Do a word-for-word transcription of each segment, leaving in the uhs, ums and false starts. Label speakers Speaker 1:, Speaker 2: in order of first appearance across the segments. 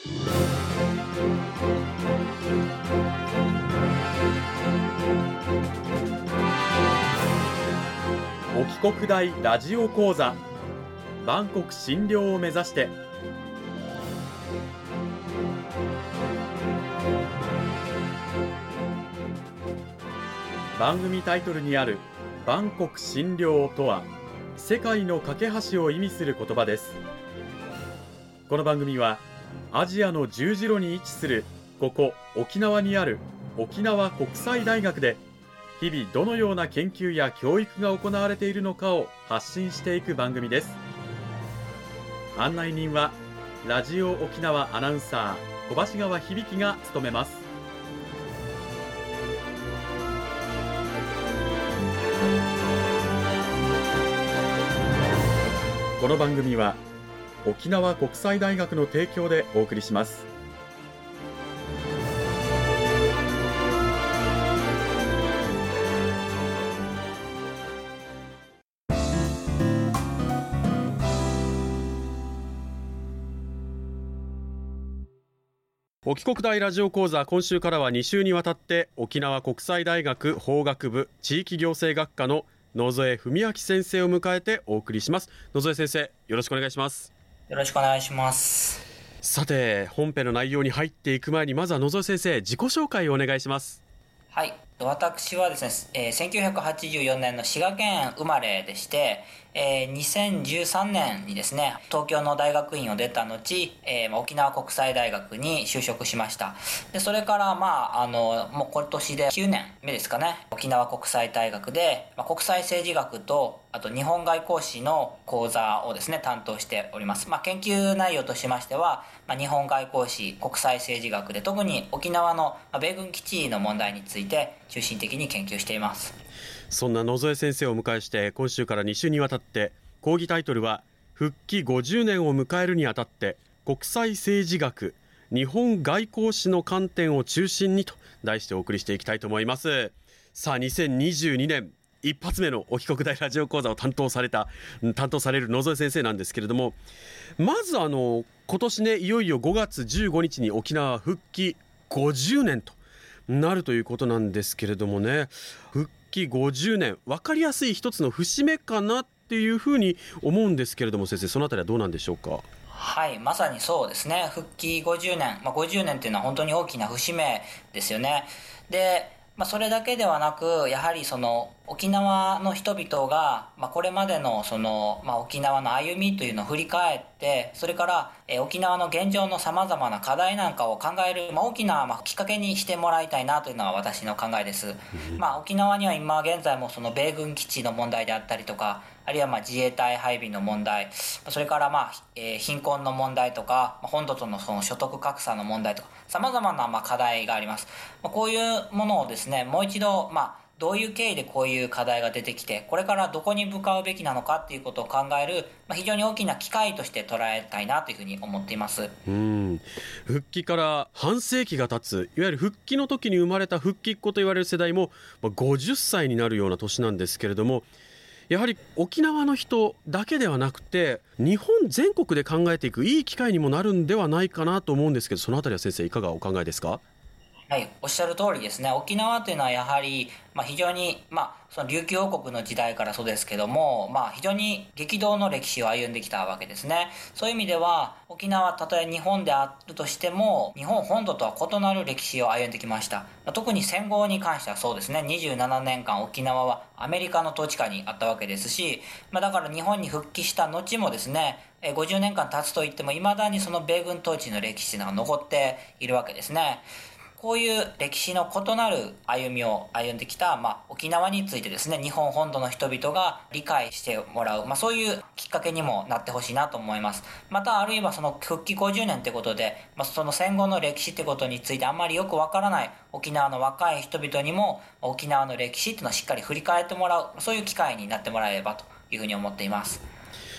Speaker 1: 沖国大ラジオ講座、万国診療を目指して。番組タイトルにある万国診療とは、世界の架け橋を意味する言葉です。この番組はアジアの十字路に位置するここ沖縄にある沖縄国際大学で、日々どのような研究や教育が行われているのかを発信していく番組です。案内人はラジオ沖縄アナウンサー小橋川響が務めます。この番組は沖縄国際大学の提供でお送りします。沖国大ラジオ講座、今週からはに週にわたって沖縄国際大学法学部地域行政学科の野添文明先生を迎えてお送りします。野添先生、よろしくお願いします。
Speaker 2: よろしくお願いします。
Speaker 1: さて、本編の内容に入っていく前に、まずは野添先生、自己紹介をお願いします。
Speaker 2: はい、私はですね、えー、せんきゅうひゃくはちじゅうよねんの滋賀県生まれでして、えー、にせんじゅうさんねんにですね、東京の大学院を出た後、えー、沖縄国際大学に就職しました。でそれからまああのもう今年できゅうねんめですかね、沖縄国際大学で、まあ、国際政治学とあと日本外交史の講座をですね担当しております。まあ、研究内容としましては、まあ、日本外交史、国際政治学で特に沖縄の米軍基地の問題について中心的に研究しています。
Speaker 1: そんな野添先生をお迎えして、今週からに週にわたって講義タイトルは復帰ごじゅうねんを迎えるにあたって国際政治学、日本外交史の観点を中心にと題してお送りしていきたいと思います。さあ、にせんにじゅうにねん一発目の沖国大ラジオ講座を担当された担当される野添先生なんですけれども、まずあの今年ね、いよいよごがつじゅうごにちに沖縄復帰ごじゅうねんとなるということなんですけれどもね、復帰ごじゅうねん、分かりやすい一つの節目かなっていうふうに思うんですけれども、先生、そのあたりはどうなんでしょうか。
Speaker 2: はい、まさにそうですね。復帰ごじゅうねん、まあ、ごじゅうねんっていうのは本当に大きな節目ですよね。でまあ、それだけではなく、やはりその沖縄の人々が、まあ、これまでのその、まあ、沖縄の歩みというのを振り返って、それから、えー、沖縄の現状のさまざまな課題なんかを考える、まあ、大きな、まあ、きっかけにしてもらいたいなというのが私の考えです。まあ、沖縄には今現在もその米軍基地の問題であったりとか、あるいはまあ自衛隊配備の問題、それからまあ、えー、貧困の問題とか、本土とのその所得格差の問題とか、さまざまなまあ課題があります。まあ、こういうものをですね、もう一度、まあ、どういう経緯でこういう課題が出てきて、これからどこに向かうべきなのかっていうことを考える、まあ、非常に大きな機会として捉えたいなというふうに思っています。
Speaker 1: うん、復帰から半世紀が経つ、いわゆる復帰の時に生まれた復帰っ子と言われる世代もごじゅっさいになるような年なんですけれども、やはり沖縄の人だけではなくて日本全国で考えていくいい機会にもなるんではないかなと思うんですけど、そのあたりは先生いかがお考えですか。
Speaker 2: はい、おっしゃる通りですね。沖縄というのはやはり、まあ、非常に、まあ、その琉球王国の時代からそうですけども、まあ、非常に激動の歴史を歩んできたわけですね。そういう意味では沖縄、たとえ日本であるとしても日本本土とは異なる歴史を歩んできました。特に戦後に関してはそうですね。にじゅうななねんかん沖縄はアメリカの統治下にあったわけですし、まあ、だから日本に復帰した後もですね、ごじゅうねんかん経つといっても未だにその米軍統治の歴史が残っているわけですね。こういう歴史の異なる歩みを歩んできた、まあ、沖縄についてですね、日本本土の人々が理解してもらう、まあ、そういうきっかけにもなってほしいなと思います。またあるいはその復帰ごじゅうねんということで、まあ、その戦後の歴史ということについてあんまりよくわからない沖縄の若い人々にも沖縄の歴史というのをしっかり振り返ってもらう、そういう機会になってもらえればというふうに思っています。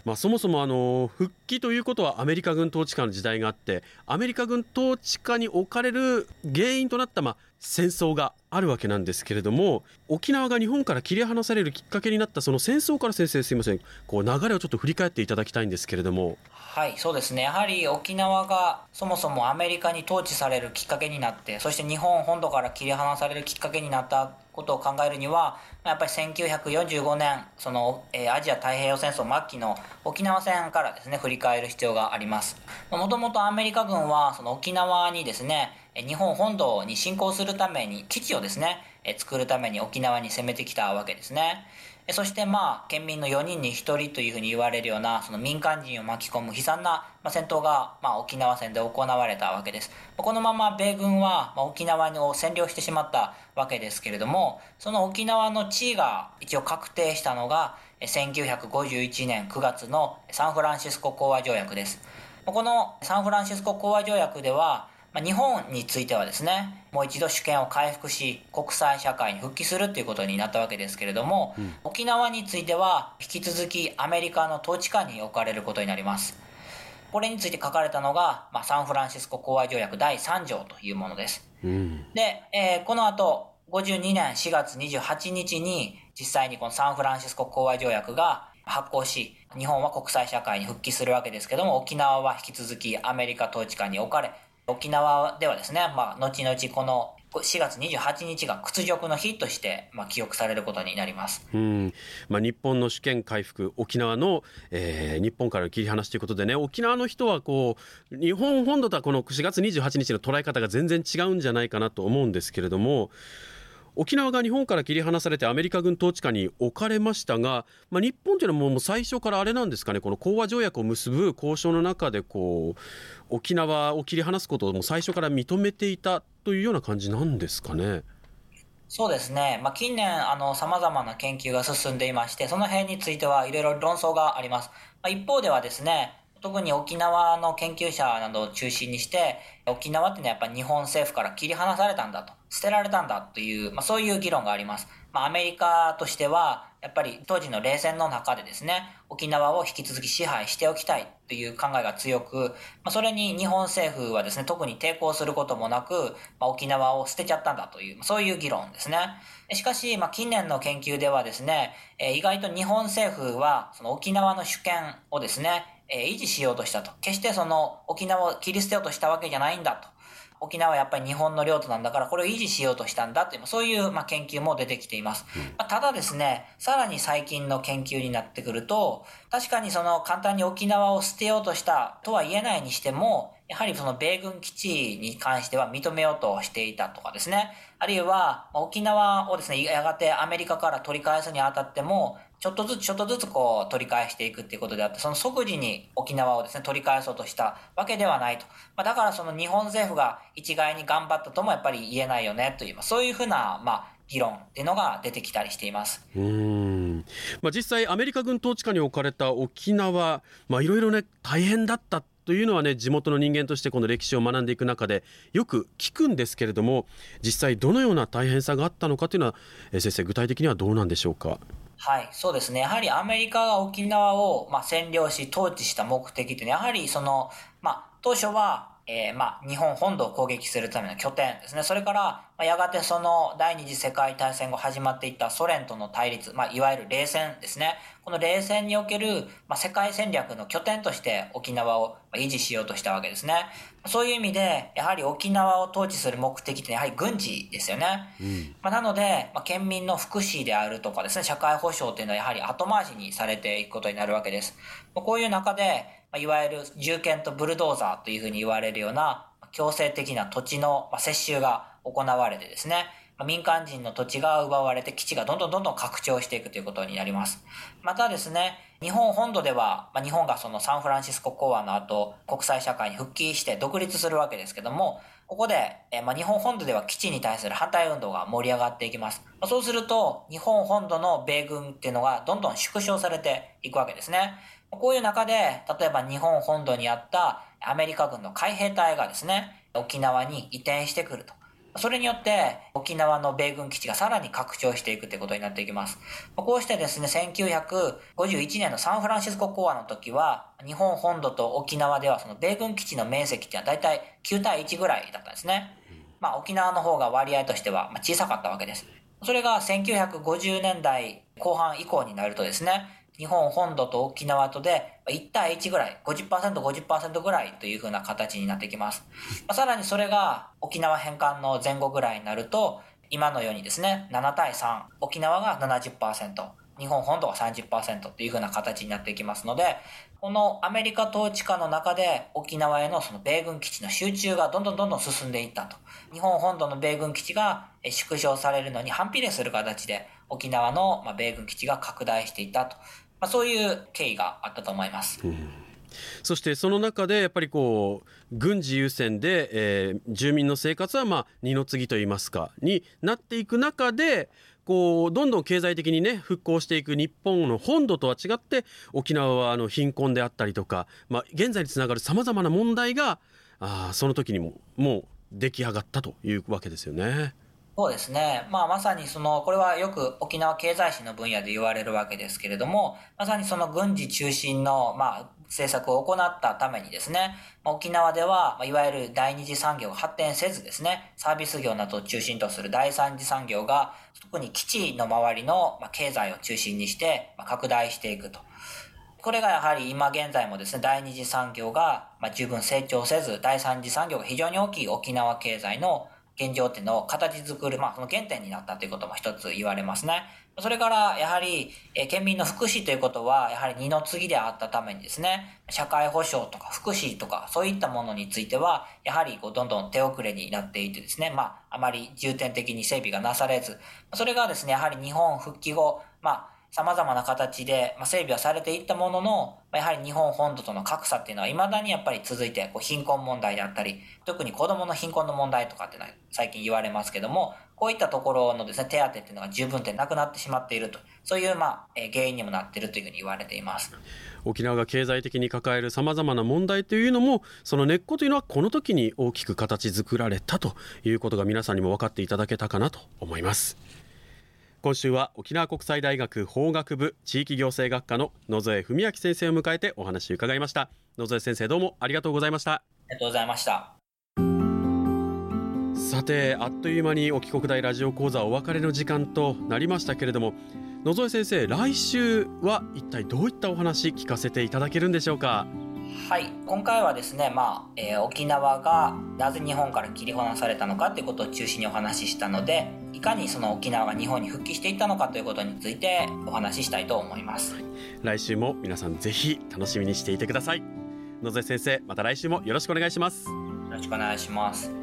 Speaker 1: まあ、そもそもあの復帰ということはアメリカ軍統治下の時代があって、アメリカ軍統治下に置かれる原因となった、まあ、戦争があるわけなんですけれども、沖縄が日本から切り離されるきっかけになったその戦争から、先生すいません、こう流れをちょっと振り返っていただきたいんですけれども。
Speaker 2: はい、そうですね。やはり沖縄がそもそもアメリカに統治されるきっかけになって、そして日本本土から切り離されるきっかけになったことを考えるには、やっぱりせんきゅうひゃくよんじゅうごねん、その、えーアジア太平洋戦争末期の沖縄戦からですね、振り返る必要があります。もともとアメリカ軍はその沖縄にですね、日本本土に侵攻するために基地をですね、えー作るために沖縄に攻めてきたわけですね。そしてまあ県民のよにんにひとりというふうに言われるようなその民間人を巻き込む悲惨な戦闘がまあ沖縄戦で行われたわけです。このまま米軍はまあ沖縄を占領してしまったわけですけれども、その沖縄の地位が一応確定したのがせんきゅうひゃくごじゅういちねんくがつのサンフランシスコ講和条約です。このサンフランシスコ講和条約では日本についてはですね、もう一度主権を回復し国際社会に復帰するということになったわけですけれども、うん、沖縄については引き続きアメリカの統治下に置かれることになります。これについて書かれたのが、まあ、サンフランシスコ講和条約だいさん条というものです、うん、で、えー、この後ごじゅうにねんしがつにじゅうはちにちに実際にこのサンフランシスコ講和条約が発効し、日本は国際社会に復帰するわけですけども、沖縄は引き続きアメリカ統治下に置かれ、沖縄ではですね、まあ、後々このしがつにじゅうはちにちが屈辱の日として、まあ、記憶されることになります。
Speaker 1: うん、まあ、日本の主権回復、沖縄の、えー、日本からの切り離しということでね、沖縄の人はこう日本本土とはこのしがつにじゅうはちにちの捉え方が全然違うんじゃないかなと思うんですけれども、沖縄が日本から切り離されてアメリカ軍統治下に置かれましたが、まあ、日本というのはもう最初からあれなんですかね、この講和条約を結ぶ交渉の中でこう沖縄を切り離すことをもう最初から認めていたというような感じなんですかね。
Speaker 2: そうですね、まあ、近年あの様々な研究が進んでいまして、その辺についてはいろいろ論争があります。まあ、一方ではですね、特に沖縄の研究者などを中心にして沖縄っていうのはやっぱり日本政府から切り離されたんだと、捨てられたんだという、まあ、そういう議論があります。まあ、アメリカとしてはやっぱり当時の冷戦の中でですね、沖縄を引き続き支配しておきたいという考えが強く、まあ、それに日本政府はですね、特に抵抗することもなく、まあ、沖縄を捨てちゃったんだという、そういう議論ですね。しかし、まあ、近年の研究ではですね、えー、意外と日本政府はその沖縄の主権をですね、えー、維持しようとしたと。決してその沖縄を切り捨てようとしたわけじゃないんだと。沖縄はやっぱり日本の領土なんだからこれを維持しようとしたんだという、そういうまあ研究も出てきています。まあ、ただですね、さらに最近の研究になってくると、確かにその簡単に沖縄を捨てようとしたとは言えないにしても、やはりその米軍基地に関しては認めようとしていたとかですね、あるいは沖縄をですね、やがてアメリカから取り返すにあたっても、ちょっとずつちょっとずつこう取り返していくっていうことであって、その即時に沖縄をですね取り返そうとしたわけではないと。まあ、だからその日本政府が一概に頑張ったともやっぱり言えないよねという、そういうふうなまあ議論っていうのが出てきたりしています。
Speaker 1: うーん、まあ、実際アメリカ軍統治下に置かれた沖縄、まあいろいろね大変だったというのはね、地元の人間としてこの歴史を学んでいく中でよく聞くんですけれども、実際どのような大変さがあったのかというのは、えー、先生具体的にはどうなんでしょうか。
Speaker 2: はい、そうですね。やはりアメリカが沖縄を、まあ、占領し統治した目的というのは、やはりその、まあ、当初は、えー、まあ、日本本土を攻撃するための拠点ですね。それから、まあ、やがてその第二次世界大戦後始まっていったソ連との対立、まあ、いわゆる冷戦ですね。この冷戦における、まあ、世界戦略の拠点として沖縄を維持しようとしたわけですね。そういう意味で、やはり沖縄を統治する目的ってやはり軍事ですよね。うん、まあ、なので、まあ、県民の福祉であるとかですね、社会保障というのはやはり後回しにされていくことになるわけです。こういう中で、いわゆる銃剣とブルドーザーというふうに言われるような強制的な土地の接収が行われてですね、民間人の土地が奪われて基地がどんどんどんどん拡張していくということになります。またですね、日本本土では、まあ、日本がそのサンフランシスコ講和の後、国際社会に復帰して独立するわけですけども、ここで、えまあ、日本本土では基地に対する反対運動が盛り上がっていきます。まあ、そうすると、日本本土の米軍っていうのがどんどん縮小されていくわけですね。こういう中で、例えば日本本土にあったアメリカ軍の海兵隊がですね、沖縄に移転してくると。 それによって沖縄の米軍基地がさらに拡張していくということになっていきます。こうしてですね、せんきゅうひゃくごじゅういちねんのサンフランシスコ講和の時は、日本本土と沖縄ではその米軍基地の面積っていうのはだいたいきゅうたいいちぐらいだったんですね。まあ沖縄の方が割合としては小さかったわけです。それがせんきゅうひゃくごじゅうねんだいこう半以降になるとですね、日本本土と沖縄とでいちたいいちぐらい、ごじゅっパーセント、ごじゅっパーセント ぐらいという風な形になってきます。さらにそれが沖縄返還の前後ぐらいになると、今のようにですね、ななたいさん、沖縄が ななじゅっパーセント、日本本土が さんじゅっパーセント という風な形になっていきますので、このアメリカ統治下の中で沖縄へのその米軍基地の集中がどんどんどんどん進んでいったと。日本本土の米軍基地が縮小されるのに反比例する形で沖縄の米軍基地が拡大していったと。まあ、そういう経緯があったと思います。
Speaker 1: うん、そしてその中でやっぱりこう軍事優先で、えー、住民の生活はまあ二の次といいますかになっていく中で、こうどんどん経済的にね復興していく日本の本土とは違って沖縄はあの貧困であったりとか、まあ、現在につながるさまざまな問題があその時にももう出来上がったというわけですよね。
Speaker 2: そうですね。まあまさにその、これはよく沖縄経済史の分野で言われるわけですけれども、まさにその軍事中心の、まあ、政策を行ったためにですね、沖縄では、いわゆる第二次産業が発展せずですね、サービス業などを中心とする第三次産業が、特に基地の周りの経済を中心にして拡大していくと。これがやはり今現在もですね、第二次産業が十分成長せず、第三次産業が非常に大きい沖縄経済の現状っていうのを形作る、まあその原点になったということも一つ言われますね。それからやはり、えー、県民の福祉ということはやはり二の次であったためにですね、社会保障とか福祉とかそういったものについてはやはりこうどんどん手遅れになっていてですね、まああまり重点的に整備がなされず、それがですねやはり日本復帰後、まあ様々な形で整備はされていったものの、やはり日本本土との格差っていうのは未だにやっぱり続いて、こう貧困問題であったり、特に子供の貧困の問題とかっていうのは最近言われますけども、こういったところのですね、手当っていうのが十分でなくなってしまっていると、そういうまあ原因にもなっているというふうに言われています。
Speaker 1: 沖縄が経済的に抱える様々な問題というのも、その根っこというのはこの時に大きく形作られたということが皆さんにも分かっていただけたかなと思います。今週は沖縄国際大学法学部地域行政学科の野添文明先生を迎えてお話を伺いました。野添先生、どうもありがとうございました。
Speaker 2: ありがとうございました。
Speaker 1: さて、あっという間に沖国大ラジオ講座お別れの時間となりましたけれども、野添先生、来週は一体どういったお話聞かせていただけるんでしょうか。
Speaker 2: はい、今回はですね、まあえー、沖縄がなぜ日本から切り離されたのかということを中心にお話ししたので、いかにその沖縄が日本に復帰していったのかということについてお話ししたいと思います。
Speaker 1: 来週も皆さんぜひ楽しみにしていてください。野添先生、また来週もよろしくお願いします。
Speaker 2: よろしくお願いします。